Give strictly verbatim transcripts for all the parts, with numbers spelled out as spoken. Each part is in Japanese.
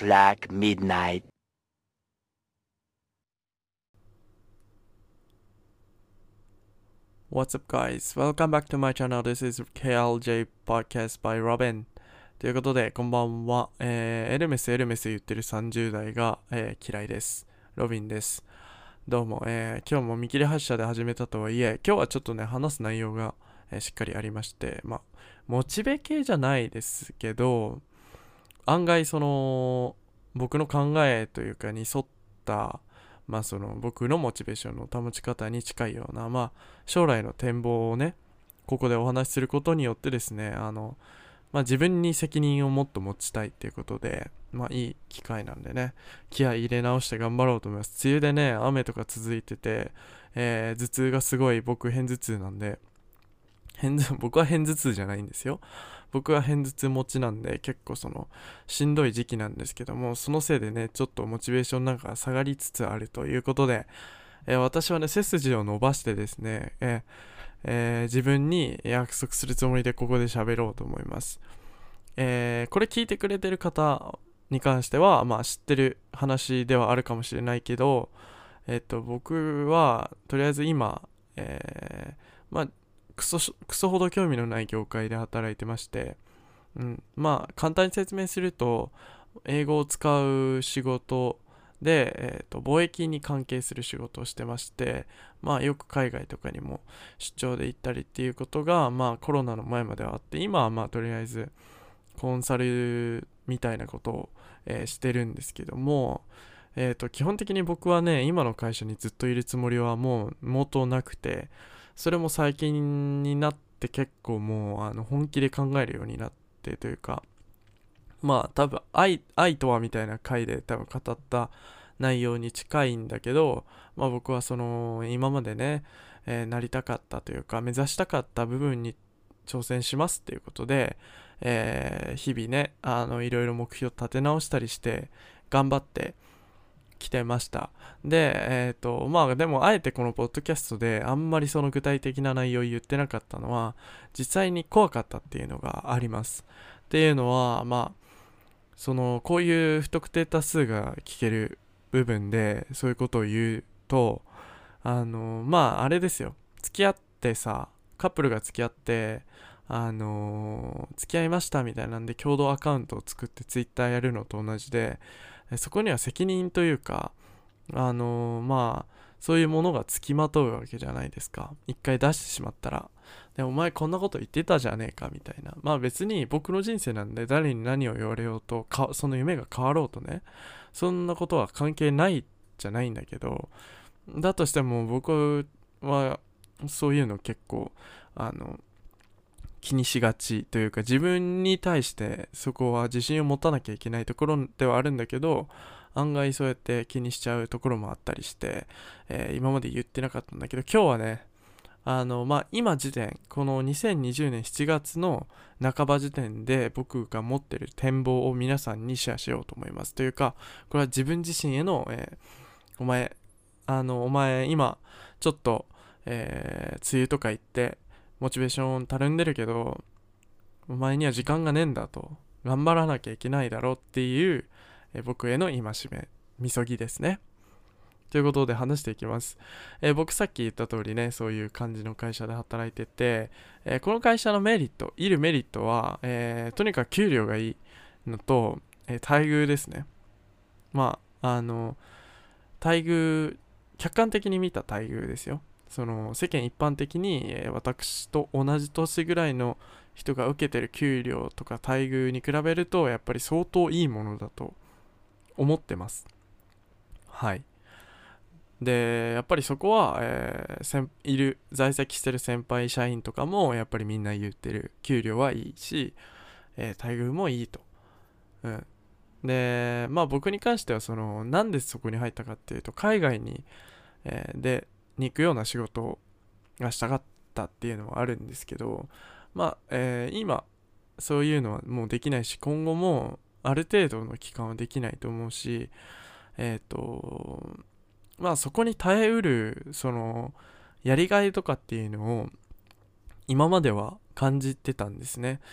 o'clock midnight. What's up guys? Welcome back to my channel. This is ケーエルジェー Podcast by Robin. ということで、こんばんは。えーエルメスエルメス言ってるさんじゅう代が、えー嫌いです。ロビンです。どうも、えー今日も見切り発車で始めたとはいえ、今日はちょっとね、話す内容が、えーしっかりありまして、まあ、モチベ系じゃないですけど、案外その、僕の考えというかに沿った、まあその僕のモチベーションの保ち方に近いような、まあ将来の展望をね、ここでお話しすることによってですね、あの、まあ自分に責任をもっと持ちたいっていうことで、まあいい機会なんでね、気合い入れ直して頑張ろうと思います。梅雨でね、雨とか続いてて、えー頭痛がすごい、僕偏頭痛なんで、偏頭僕は偏頭痛じゃないんですよ。僕は偏頭痛持ちなんで結構そのしんどい時期なんですけども、そのせいでねちょっとモチベーションなんか下がりつつあるということで、えー私はね背筋を伸ばしてですね、えーえー自分に約束するつもりでここで喋ろうと思います。えーこれ聞いてくれてる方に関してはまあ知ってる話ではあるかもしれないけど、えっと僕はとりあえず今、えーまあクソクソほど興味のない業界で働いてまして、うん、まあ簡単に説明すると、英語を使う仕事で、えーと貿易に関係する仕事をしてまして、まあよく海外とかにも出張で行ったりっていうことが、まあコロナの前まではあって、今はまあとりあえずコンサルみたいなことを、えーしてるんですけども、えーと基本的に僕はね、今の会社にずっといるつもりはもう元なくて、それも最近になって結構もうあの本気で考えるようになってというか、まあ多分愛愛とはみたいな回で多分語った内容に近いんだけど、まあ僕はその今までね、えーなりたかったというか目指したかった部分に挑戦しますっていうことで、えー日々ね、あのいろいろ目標を立て直したりして頑張って来てました。で、えっ、と、まあでも、あえてこのポッドキャストであんまりその具体的な内容を言ってなかったのは、実際に怖かったっていうのがあります。っていうのは、まあ、その、こういう不特定多数が聞ける部分で、そういうことを言うと、あの、まあ、あれですよ。付き合ってさ、カップルが付き合って、あの付き合いましたみたいなんで共同アカウントを作ってツイッターやるのと同じで、そこには責任というか、あのーまあそういうものがつきまとうわけじゃないですか。一回出してしまったら、でお前こんなこと言ってたじゃねえかみたいな。まあ別に僕の人生なんで、誰に何を言われようとか、その夢が変わろうとね、そんなことは関係ないじゃないんだけど、だとしても僕はそういうの結構あの気にしがちというか、自分に対してそこは自信を持たなきゃいけないところではあるんだけど、案外そうやって気にしちゃうところもあったりして、えー今まで言ってなかったんだけど、今日はね、あのまあ今時点、このにせんにじゅうねんしちがつの半ば時点で僕が持ってる展望を皆さんにシェアしようと思います。というか、これは自分自身への、えーお前あのお前今ちょっと、えー梅雨とか行ってモチベーションたるんでるけど、お前には時間がねえんだと、頑張らなきゃいけないだろうっていう、えー僕への戒め、みそぎですね。ということで話していきます。えー僕さっき言った通りね、そういう感じの会社で働いてて、えーこの会社のメリット、いるメリットは、えーとにかく給料がいいのと、えー待遇ですね。まあ、あの、待遇、客観的に見た待遇ですよ。その世間一般的に、えー私と同じ年ぐらいの人が受けてる給料とか待遇に比べるとやっぱり相当いいものだと思ってます。はい。でやっぱりそこは、えー先いる在籍してる先輩社員とかもやっぱりみんな言ってる、給料はいいし、えー待遇もいいと。うん。でまあ僕に関してはそのなんでそこに入ったかっていうと、海外に、えーでに行くような仕事がしたかったっていうのはあるんですけど、まあ、えー今そういうのはもうできないし、今後もある程度の期間はできないと思うし、えっ、とまあそこに耐えうるそのやりがいとかっていうのを今までは感じてたんですね。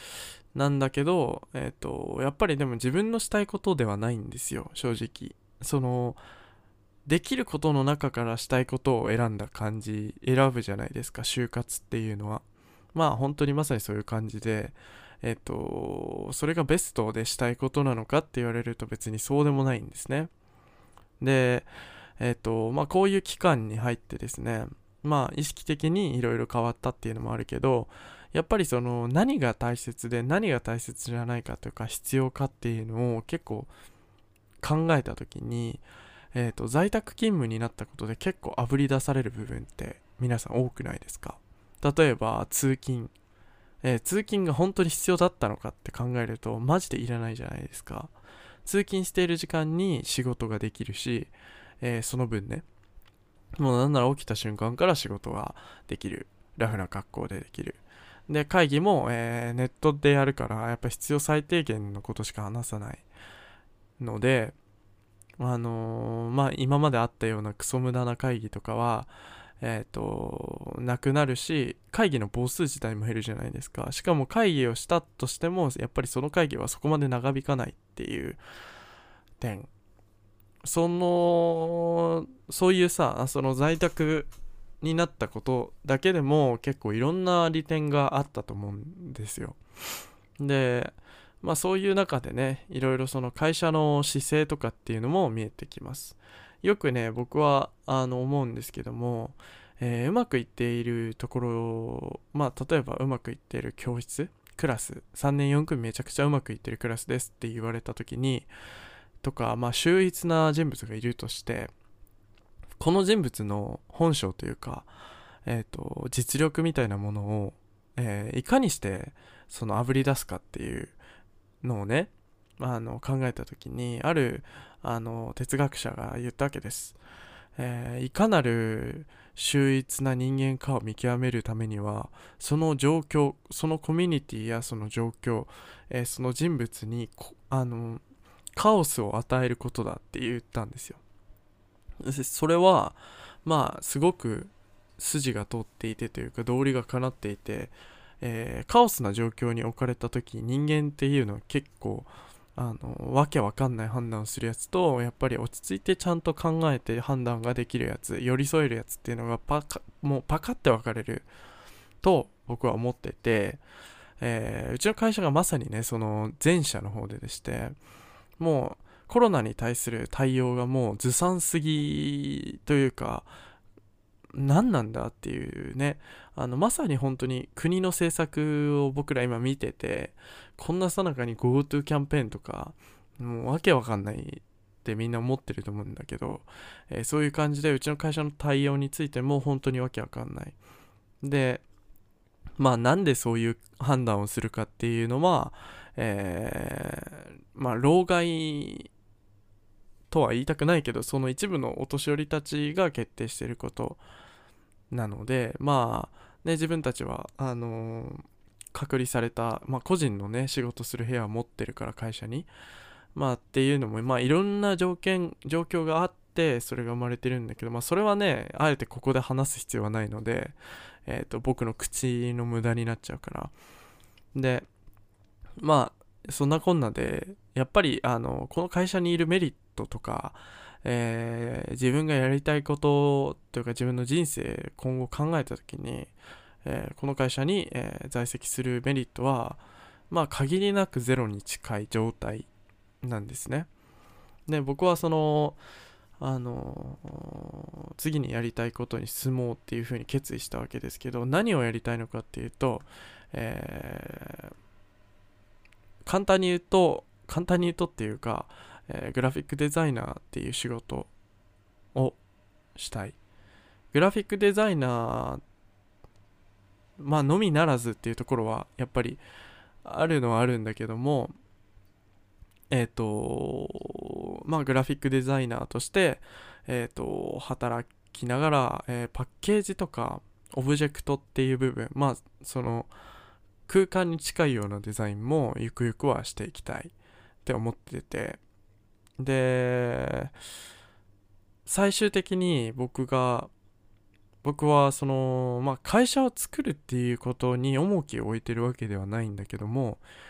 なんだけど、えっと、やっぱりでも自分のしたいことではないんですよ、正直。その、できることの中からしたいことを選んだ感じ、選ぶじゃないですか、就活っていうのは。まあ本当にまさにそういう感じで、えっと、それがベストでしたいことなのかって言われると別にそうでもないんですね。で、えっと、まあこういう期間に入ってですね、まあ意識的にいろいろ変わったっていうのもあるけど、やっぱりその何が大切で何が大切じゃないかというか必要かっていうのを結構考えた時に、えっと、在宅勤務になったことで結構あぶり出される部分って皆さん多くないですか？例えば通勤、えー通勤が本当に必要だったのかって考えるとマジでいらないじゃないですか。通勤している時間に仕事ができるし、えーその分ね、もうなんなら起きた瞬間から仕事ができる。ラフな格好でできる。で、会議も、えーネットでやるから、やっぱ必要最低限のことしか話さないので、あのーまあ、今まであったようなクソ無駄な会議とかは、えっと、なくなるし、会議の母数自体も減るじゃないですか。しかも会議をしたとしても、やっぱりその会議はそこまで長引かないっていう点。その、そういうさ、その在宅になったことだけでも結構いろんな利点があったと思うんですよ。で、まあそういう中でね、いろいろその会社の姿勢とかっていうのも見えてきます。よくね、僕はあの思うんですけども、えーうまくいっているところ、まあ例えばうまくいっている教室、クラス、さんねんよん組めちゃくちゃうまくいってるクラスですって言われた時に、とか、まあ秀逸な人物がいるとして、この人物の本性というか、えっと、実力みたいなものを、えーいかにしてその炙り出すかっていうのをね、あの考えた時にあるあの哲学者が言ったわけです、えーいかなる秀逸な人間かを見極めるためにはその状況、そのコミュニティやその状況、えーその人物にあのカオスを与えることだって言ったんですよ。それはまあすごく筋が通っていてというか道理がかなっていて、えーカオスな状況に置かれた時人間っていうのは結構あのわけわかんない判断をするやつと、やっぱり落ち着いてちゃんと考えて判断ができるやつ、寄り添えるやつっていうのがパカもうパカって分かれると僕は思ってて、えーうちの会社がまさにねその前者の方ででして、もうコロナに対する対応がもうずさんすぎというか、何なんだっていうね、あのまさに本当に国の政策を僕ら今見てて、こんなさなかに GoTo キャンペーンとかもうわけわかんないってみんな思ってると思うんだけど、えーそういう感じでうちの会社の対応についても本当にわけわかんないで、まあなんでそういう判断をするかっていうのは、えーまあ老害とは言いたくないけど、その一部のお年寄りたちが決定していることなので、まあね、自分たちはあのー隔離された、まあ、個人のね仕事する部屋を持ってるから会社に、まあっていうのも、まあいろんな条件状況があってそれが生まれてるんだけど、まあそれはねあえてここで話す必要はないので、えっと僕の口の無駄になっちゃうから。で、まあそんなこんなでやっぱりあのこの会社にいるメリットとか、えー自分がやりたいことというか自分の人生今後考えた時に、えーこの会社に、えー在籍するメリットはまあ限りなくゼロに近い状態なんですね。で僕はそのあのー次にやりたいことに進もうっていうふうに決意したわけですけど、何をやりたいのかっていうと、えー簡単に言うと簡単に言うとっていうか、えーグラフィックデザイナーっていう仕事をしたい。グラフィックデザイナー、まあのみならずっていうところはやっぱりあるのはあるんだけども、えっ、とまあグラフィックデザイナーとしてえっ、と働きながら、えーパッケージとかオブジェクトっていう部分、まあその空間に近いようなデザインもゆくゆくはしていきたいって思ってて、で最終的に僕が僕はその、まあ、会社を作るっていうことに重きを置いてるわけではないんだけども、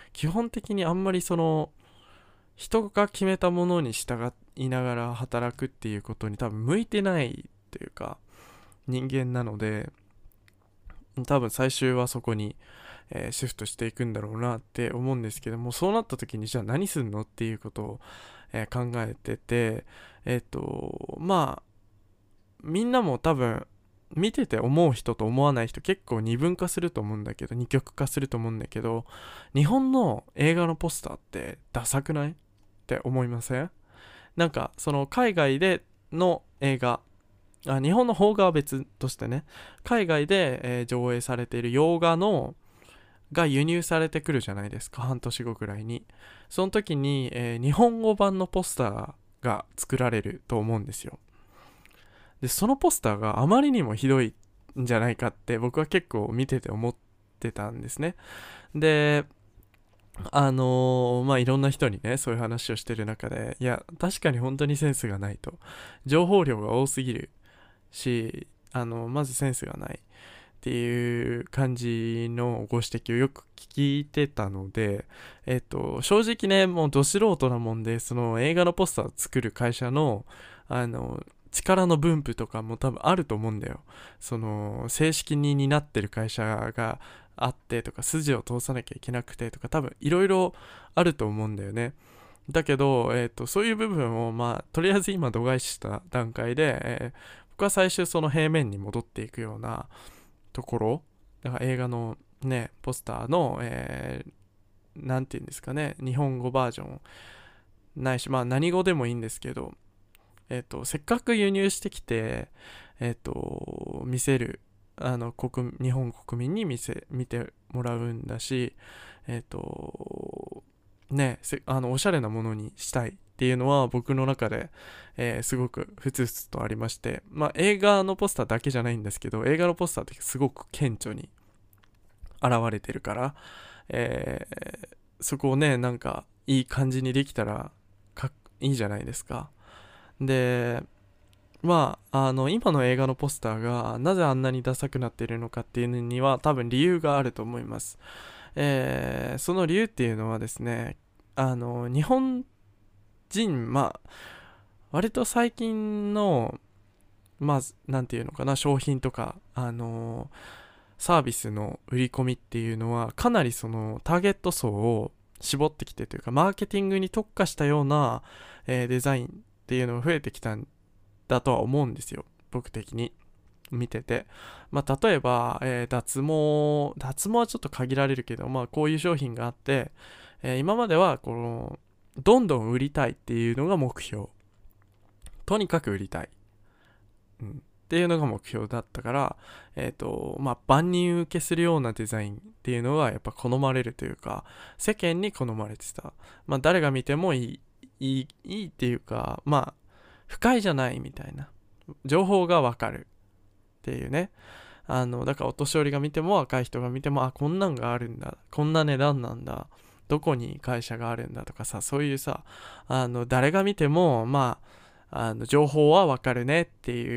基本的にあんまりその人が決めたものに従いながら働くっていうことに多分向いてないっていうか人間なので、多分最終はそこに、えーシフトしていくんだろうなって思うんですけども、そうなった時にじゃあ何すんのっていうことを、えー考えてて、えっとまあみんなも多分見てて思う人と思わない人結構二分化すると思うんだけど、二極化すると思うんだけど、日本の映画のポスターってダサくないって思いません？なんかその海外での映画、あ日本の邦画は別としてね、海外で、えー上映されている洋画のが輸入されてくるじゃないですか、半年後くらいに。その時に、えー日本語版のポスターが作られると思うんですよ。でそのポスターがあまりにもひどいんじゃないかって僕は結構見てて思ってたんですね。であのーまあいろんな人にねそういう話をしてる中で、いや確かに本当にセンスがないと、情報量が多すぎるし、あのまずセンスがないっていう感じのご指摘をよく聞いてたので、えっと正直ね、もうど素人なもんで、その映画のポスターを作る会社のあの力の分布とかも多分あると思うんだよ。その正式に担ってる会社があってとか、筋を通さなきゃいけなくてとか、多分いろいろあると思うんだよね。だけど、えー、とそういう部分を、まあ、とりあえず今度外視した段階で、えー僕は最終その平面に戻っていくようなところ、だから映画のねポスターの、えー、なんていうんですかね、日本語バージョンないし、まあ何語でもいいんですけど、えっ、とせっかく輸入してきて、えっ、と見せる、あの国日本国民に見せ見てもらうんだし、えっ、とねせあのおしゃれなものにしたいっていうのは僕の中で、えーすごくふつふつとありまして、まあ映画のポスターだけじゃないんですけど、映画のポスターってすごく顕著に現れてるから、えーそこをねなんかいい感じにできたらかっいいじゃないですか。でまああの今の映画のポスターがなぜあんなにダサくなっているのかっていうのには多分理由があると思います。えーその理由っていうのはですね、あの日本人、まあ割と最近の、まあなんていうのかな、商品とかあのサービスの売り込みっていうのはかなりそのターゲット層を絞ってきてというか、マーケティングに特化したような、えーデザインっていうのが増えてきたんだとは思うんですよ、僕的に見てて。まあ例えば、えー脱毛脱毛はちょっと限られるけど、まあこういう商品があって、えー今まではこのどんどん売りたいっていうのが目標、とにかく売りたい、うん、っていうのが目標だったから、えっ、とまあ万人受けするようなデザインっていうのがやっぱ好まれるというか、世間に好まれてた。まあ誰が見てもいいいいいいっていうか、まあ不快じゃないみたいな、情報がわかるっていうね。あのだからお年寄りが見ても若い人が見ても、あこんなんがあるんだ、こんな値段なんだ、どこに会社があるんだとかさ、そういうさ、あの誰が見てもまああの情報はわかるねっていう、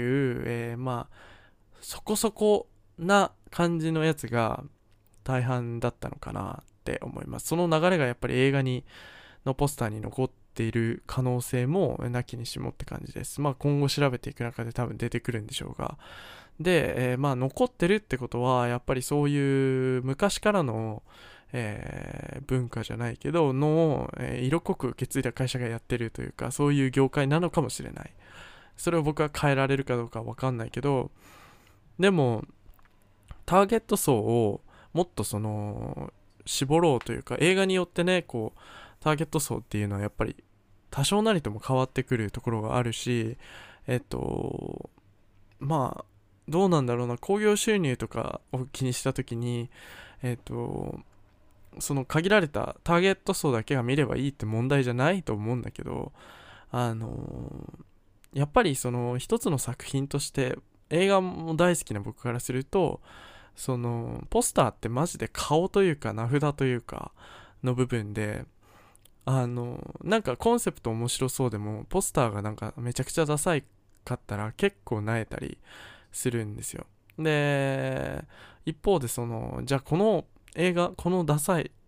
えーまあそこそこな感じのやつが大半だったのかなって思います。その流れがやっぱり映画にのポスターに残っている可能性もなきにしもって感じです。まあ今後調べていく中で多分出てくるんでしょうが、で、えーまあ残ってるってことはやっぱりそういう昔からの、えー文化じゃないけどの、えー色濃く受け継いだ会社がやってるというか、そういう業界なのかもしれない。それを僕は変えられるかどうかは分かんないけど、でもターゲット層をもっとその絞ろうというか、映画によってねこうターゲット層っていうのはやっぱり多少なりとも変わってくるところがあるし、えっとまあどうなんだろうな、興行収入とかを気にした時に、えっとその限られたターゲット層だけが見ればいいって問題じゃないと思うんだけど、あのやっぱりその一つの作品として、映画も大好きな僕からすると、そのポスターってマジで顔というか名札というかの部分で、あのなんかコンセプト面白そうでもポスターがなんかめちゃくちゃダサいかったら結構萎えたりするんですよ。で一方でそのじゃあこの映画、このダサい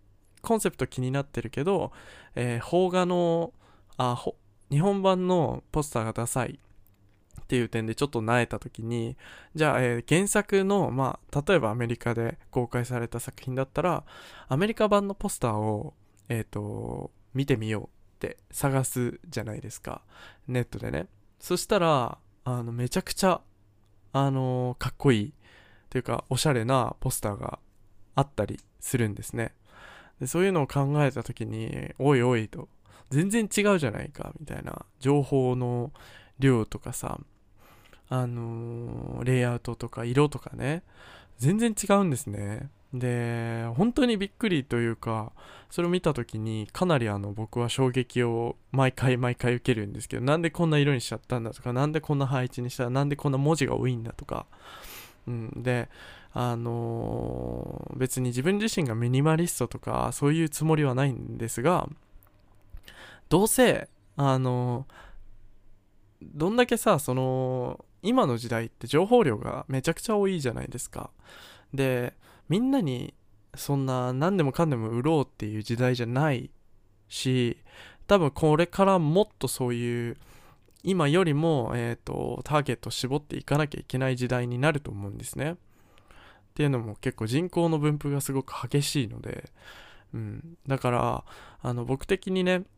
コンセプト気になってるけど、えー、邦画のあほ日本版のポスターがダサいっていう点でちょっと萎えた時に、じゃあ、えー原作の、まあ、例えばアメリカで公開された作品だったら、アメリカ版のポスターを、えっと、見てみようって探すじゃないですか。ネットでね。そしたら、あの、めちゃくちゃ、あのーかっこいいというか、おしゃれなポスターがあったりするんですね。でそういうのを考えた時に、おいおいと、全然違うじゃないかみたいな、情報の量とかさ、あのーレイアウトとか色とかね、全然違うんですね。で、本当にびっくりというか、それを見た時にかなりあの僕は衝撃を毎回毎回受けるんですけど、なんでこんな色にしちゃったんだとか、なんでこんな配置にしたなんでこんな文字が多いんだとか、うん、で、あのー別に自分自身がミニマリストとかそういうつもりはないんですが、どうせ、あのーどんだけさ、その、今の時代って情報量がめちゃくちゃ多いじゃないですか。で、みんなにそんな何でもかんでも売ろうっていう時代じゃないし、多分これからもっとそういう今よりも、えーと、ターゲットを絞っていかなきゃいけない時代になると思うんですね。っていうのも結構人口の分布がすごく激しいので、うん、だからあの僕的にね、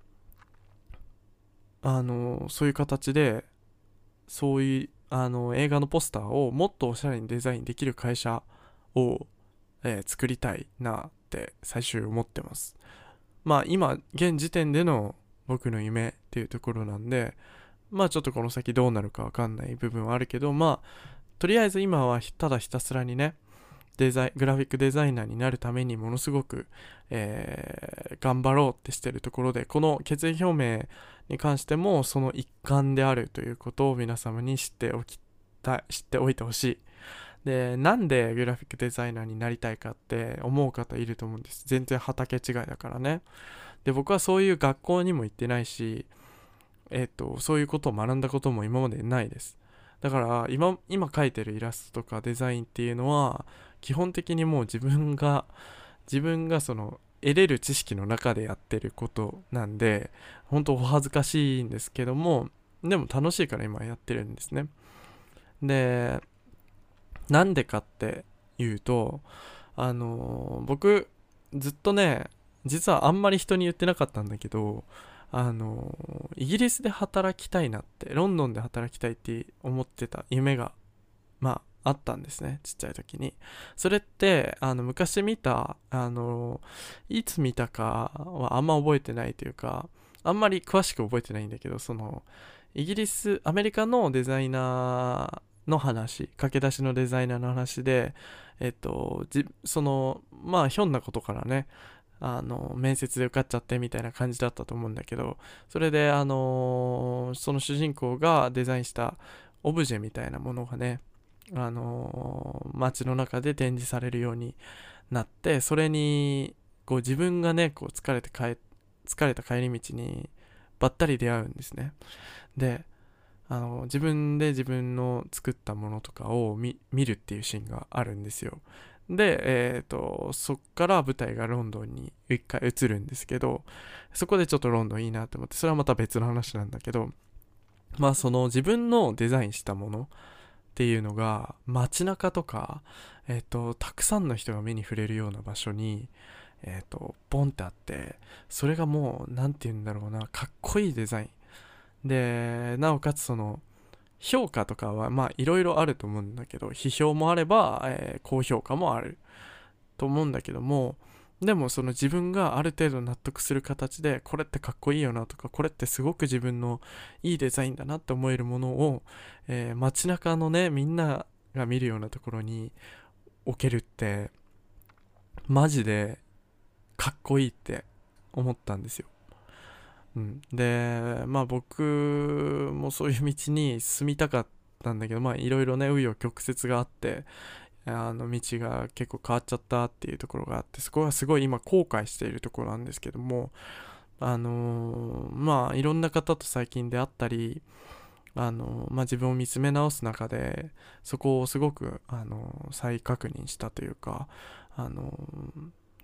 あのそういう形でそういうあの映画のポスターをもっとおしゃれにデザインできる会社を、えー作りたいなって最終思ってます。まあ今現時点での僕の夢っていうところなんで、まあちょっとこの先どうなるかわかんない部分はあるけど、まあとりあえず今はただひたすらにね、デザイグラフィックデザイナーになるためにものすごく、えー頑張ろうってしてるところで、この決意表明に関してもその一環であるということを皆様に知っておきた知っておいてほしい。で、なんでグラフィックデザイナーになりたいかって思う方いると思うんです。全然畑違いだからね。で、僕はそういう学校にも行ってないし、えっと、そういうことを学んだことも今までないです。だから今、今描いてるイラストとかデザインっていうのは、基本的にもう自分が、自分がその、得れる知識の中でやってることなんで、本当お恥ずかしいんですけども、でも楽しいから今やってるんですね。で、なんでかっていうと、あのー僕、ずっとね、実はあんまり人に言ってなかったんだけど、あのーイギリスで働きたいなって、ロンドンで働きたいって思ってた夢が、まあ、あったんですね、ちっちゃい時に。それって、あの、昔見た、あのーいつ見たかはあんま覚えてないというか、あんまり詳しく覚えてないんだけど、その、イギリス、アメリカのデザイナーの話、駆け出しのデザイナーの話で、えっと、じその、まあ、ひょんなことからね、あの、面接で受かっちゃってみたいな感じだったと思うんだけど、それで、あのその主人公がデザインしたオブジェみたいなものがね、あの街の中で展示されるようになって、それに、こう自分がね、こう疲れて帰、疲れた帰り道にばったり出会うんですね。で、あの自分で自分の作ったものとかを 見, 見るっていうシーンがあるんですよ。で、えっ、とそっから舞台がロンドンに一回移るんですけど、そこでちょっとロンドンいいなと思って、それはまた別の話なんだけど、まあその自分のデザインしたものっていうのが街中とか、えっ、とたくさんの人が目に触れるような場所に、えっ、とボンってあって、それがもうなんて言うんだろうな、かっこいいデザインで、なおかつその評価とかはまあいろいろあると思うんだけど、批評もあれば、えー高評価もあると思うんだけども、でもその自分がある程度納得する形で、これってかっこいいよなとか、これってすごく自分のいいデザインだなって思えるものを、えー街中のね、みんなが見るようなところに置けるって、マジでかっこいいって思ったんですよ。うん、で、まあ僕もそういう道に進みたかったんだけど、まあいろいろね、紆余曲折があって、あの道が結構変わっちゃったっていうところがあって、そこはすごい今後悔しているところなんですけども、あのーまあいろんな方と最近出会ったり、あのーまあ自分を見つめ直す中で、そこをすごく、あのー再確認したというか、あのー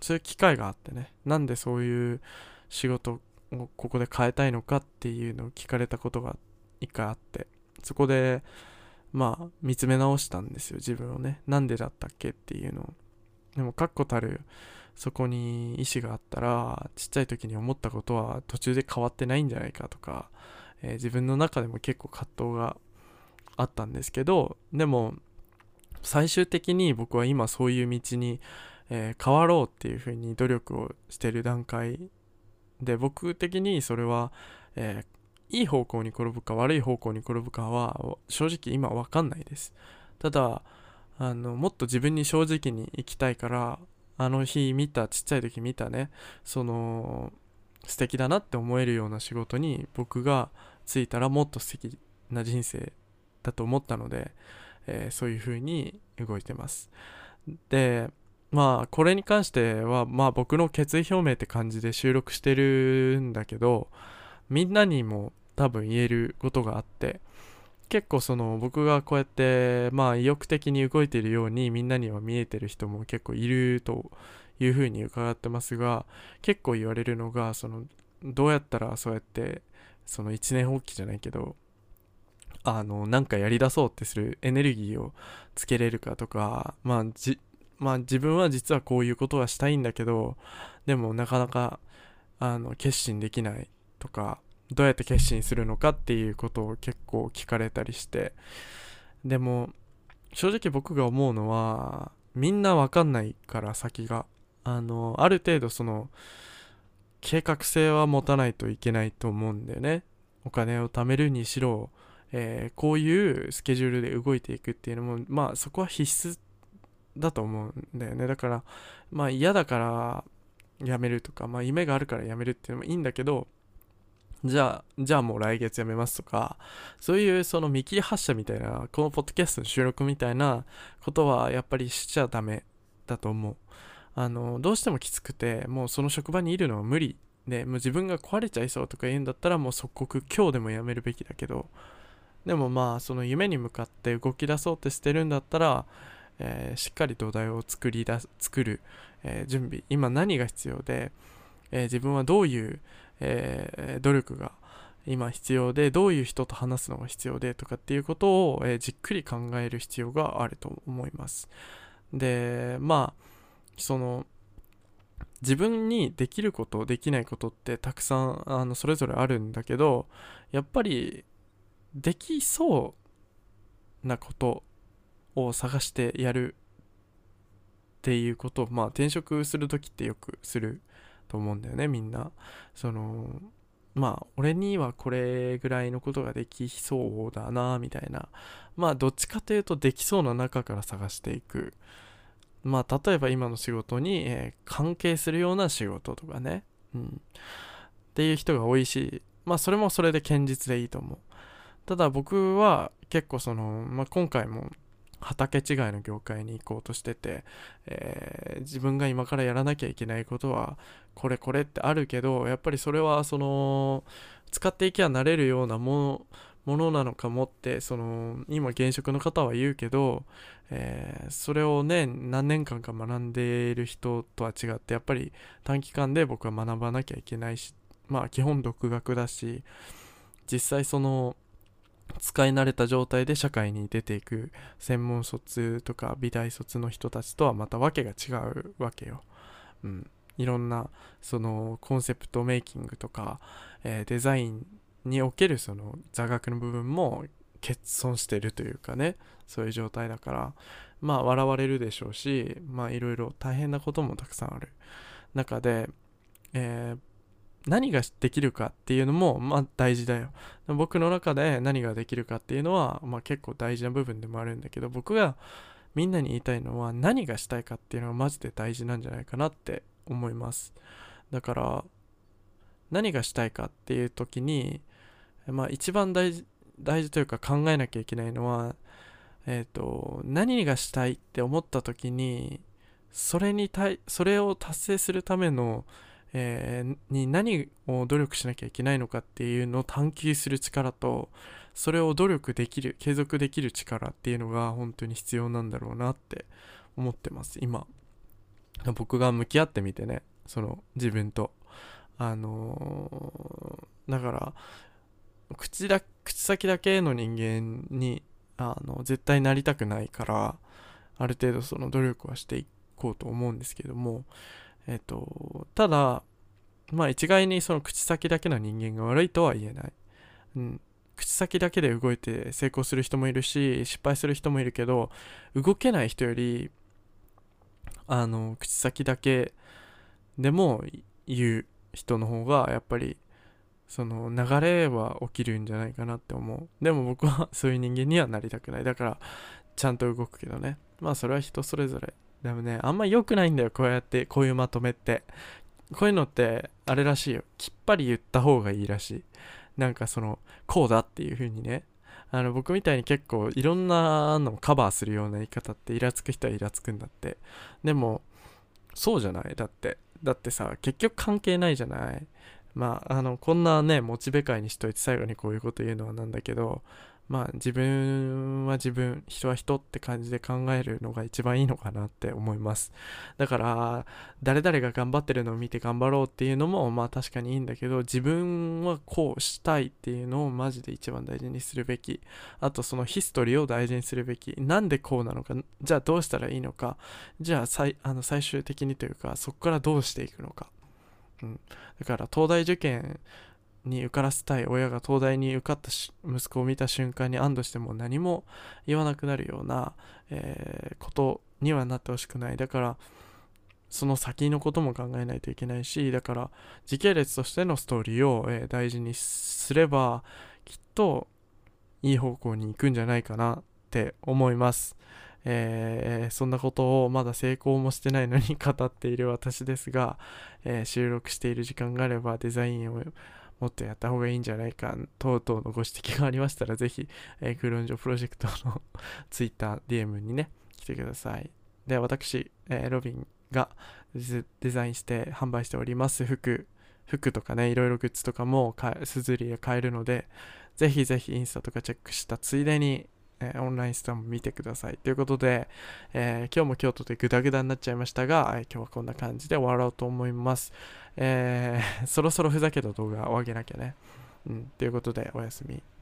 そういう機会があってね、なんでそういう仕事をここで変えたいのかっていうのを聞かれたことが一回あって、そこでまあ見つめ直したんですよ、自分をね。なんでだったっけっていうのを。でも確固たるそこに意思があったら、ちっちゃい時に思ったことは途中で変わってないんじゃないかとか、えー自分の中でも結構葛藤があったんですけど、でも最終的に僕は今そういう道に、えー変わろうっていうふうに努力をしてる段階で、僕的にそれは、えーいい方向に転ぶか悪い方向に転ぶかは正直今わかんないです。ただあのもっと自分に正直に生きたいから、あの日見た、ちっちゃい時見たね、その素敵だなって思えるような仕事に僕がついたらもっと素敵な人生だと思ったので、えーそういう風に動いてます。で、まあこれに関してはまあ僕の決意表明って感じで収録してるんだけど、みんなにも多分言えることがあって、結構その僕がこうやってまあ意欲的に動いているようにみんなには見えてる人も結構いるというふうに伺ってますが、結構言われるのが、そのどうやったらそうやってその一年放棄じゃないけど、あのなんかやりだそうってするエネルギーをつけれるかとか、まあじまあ自分は実はこういうことはしたいんだけど、でもなかなかあの決心できないとか、どうやって決心するのかっていうことを結構聞かれたりして、でも正直僕が思うのは、みんなわかんないから、先があのある程度その計画性は持たないといけないと思うんだよね。お金を貯めるにしろ、えーこういうスケジュールで動いていくっていうのも、まあそこは必須だと思うんだよね。だからまあ嫌だからやめるとか、まあ夢があるからやめるっていうのもいいんだけど、じゃあ、じゃあもう来月やめますとか、そういうその見切り発車みたいな、このポッドキャストの収録みたいなことはやっぱりしちゃダメだと思う。あの、どうしてもきつくて、もうその職場にいるのは無理で、もう自分が壊れちゃいそうとか言うんだったら、もう即刻今日でもやめるべきだけど、でもまあ、その夢に向かって動き出そうってしてるんだったら、えーしっかり土台を作り出す、作る、えー準備、今何が必要で、えー自分はどういう、えー努力が今必要で、どういう人と話すのが必要でとかっていうことを、えーじっくり考える必要があると思います。で、まあその自分にできることできないことってたくさんあのそれぞれあるんだけど、やっぱりできそうなことを探してやるっていうことを、まあ転職するときってよくすると思うんだよね、みんな。そのまあ俺にはこれぐらいのことができそうだなみたいな、まあどっちかというとできそうな中から探していく。まあ例えば今の仕事に、えー関係するような仕事とかね、うん、っていう人が多いし、まあそれもそれで堅実でいいと思う。ただ僕は結構その、まあ、今回も畑違いの業界に行こうとしてて、えー自分が今からやらなきゃいけないことはこれこれってあるけど、やっぱりそれはその使っていけばなれるようなものものなのかもって、その今現職の方は言うけど、えーそれをね何年間か学んでいる人とは違って、やっぱり短期間で僕は学ばなきゃいけないし、まあ基本独学だし、実際その使い慣れた状態で社会に出ていく専門卒とか美大卒の人たちとはまた訳が違うわけよ。うん、いろんなそのコンセプトメイキングとか、えーデザインにおけるその座学の部分も欠損してるというかね、そういう状態だから、まあ笑われるでしょうし、まあいろいろ大変なこともたくさんある中で、えー何ができるかっていうのもまあ大事だよ。僕の中で何ができるかっていうのは、まあ、結構大事な部分でもあるんだけど、僕がみんなに言いたいのは、何がしたいかっていうのがマジで大事なんじゃないかなって思います。だから何がしたいかっていう時に、まあ一番大事大事というか考えなきゃいけないのは、えっ、と何がしたいって思った時に、それに対それを達成するための、えーに何を努力しなきゃいけないのかっていうのを探求する力と、それを努力できる継続できる力っていうのが本当に必要なんだろうなって思ってます今。 僕が向き合ってみてね、その自分とあのーだから口だ口先だけの人間にあの絶対なりたくないから、ある程度その努力はしていこうと思うんですけども、えっとただまあ一概にその口先だけの人間が悪いとは言えない、うん、口先だけで動いて成功する人もいるし失敗する人もいるけど、動けない人よりあの口先だけでも言う人の方がやっぱりその流れは起きるんじゃないかなって思う。でも僕はそういう人間にはなりたくない。だからちゃんと動くけどね。まあそれは人それぞれ。でもね、あんま良くないんだよ、こうやってこういうまとめって。こういうのってあれらしいよ、きっぱり言った方がいいらしい。なんかそのこうだっていう風にね、あの僕みたいに結構いろんなのをカバーするような言い方ってイラつく人はイラつくんだって。でもそうじゃない、だってだってさ、結局関係ないじゃない。まああのこんなねモチベ会にしといて最後にこういうこと言うのはなんだけど、まあ自分は自分、人は人って感じで考えるのが一番いいのかなって思います。だから誰々が頑張ってるのを見て頑張ろうっていうのもまあ確かにいいんだけど、自分はこうしたいっていうのをマジで一番大事にするべき。あとそのヒストリーを大事にするべき。なんでこうなのか、じゃあどうしたらいいのか、じゃあ最あの最終的にというかそこからどうしていくのか、うん、だから東大受験に受からせたい親が東大に受かった息子を見た瞬間に安堵しても何も言わなくなるような、えーことにはなってほしくない。だからその先のことも考えないといけないし、だから時系列としてのストーリーを、えー大事にすればきっといい方向に行くんじゃないかなって思います。えーそんなことをまだ成功もしてないのに語っている私ですが、えー収録している時間があればデザインをもっとやった方がいいんじゃないか等々のご指摘がありましたら、ぜひ、えー、クロンジョプロジェクトのツイッター ディーエム にね来てください。で、私、えーロビンがデザインして販売しております服服とかね、いろいろグッズとかもスズリで買えるので、ぜひぜひインスタとかチェックしたついでに、えーオンラインストアも見てくださいということで、えー今日も京都でグダグダになっちゃいましたが、えー今日はこんな感じで終わろうと思います。えーそろそろふざけた動画を上げなきゃね。うん、ということでおやすみ。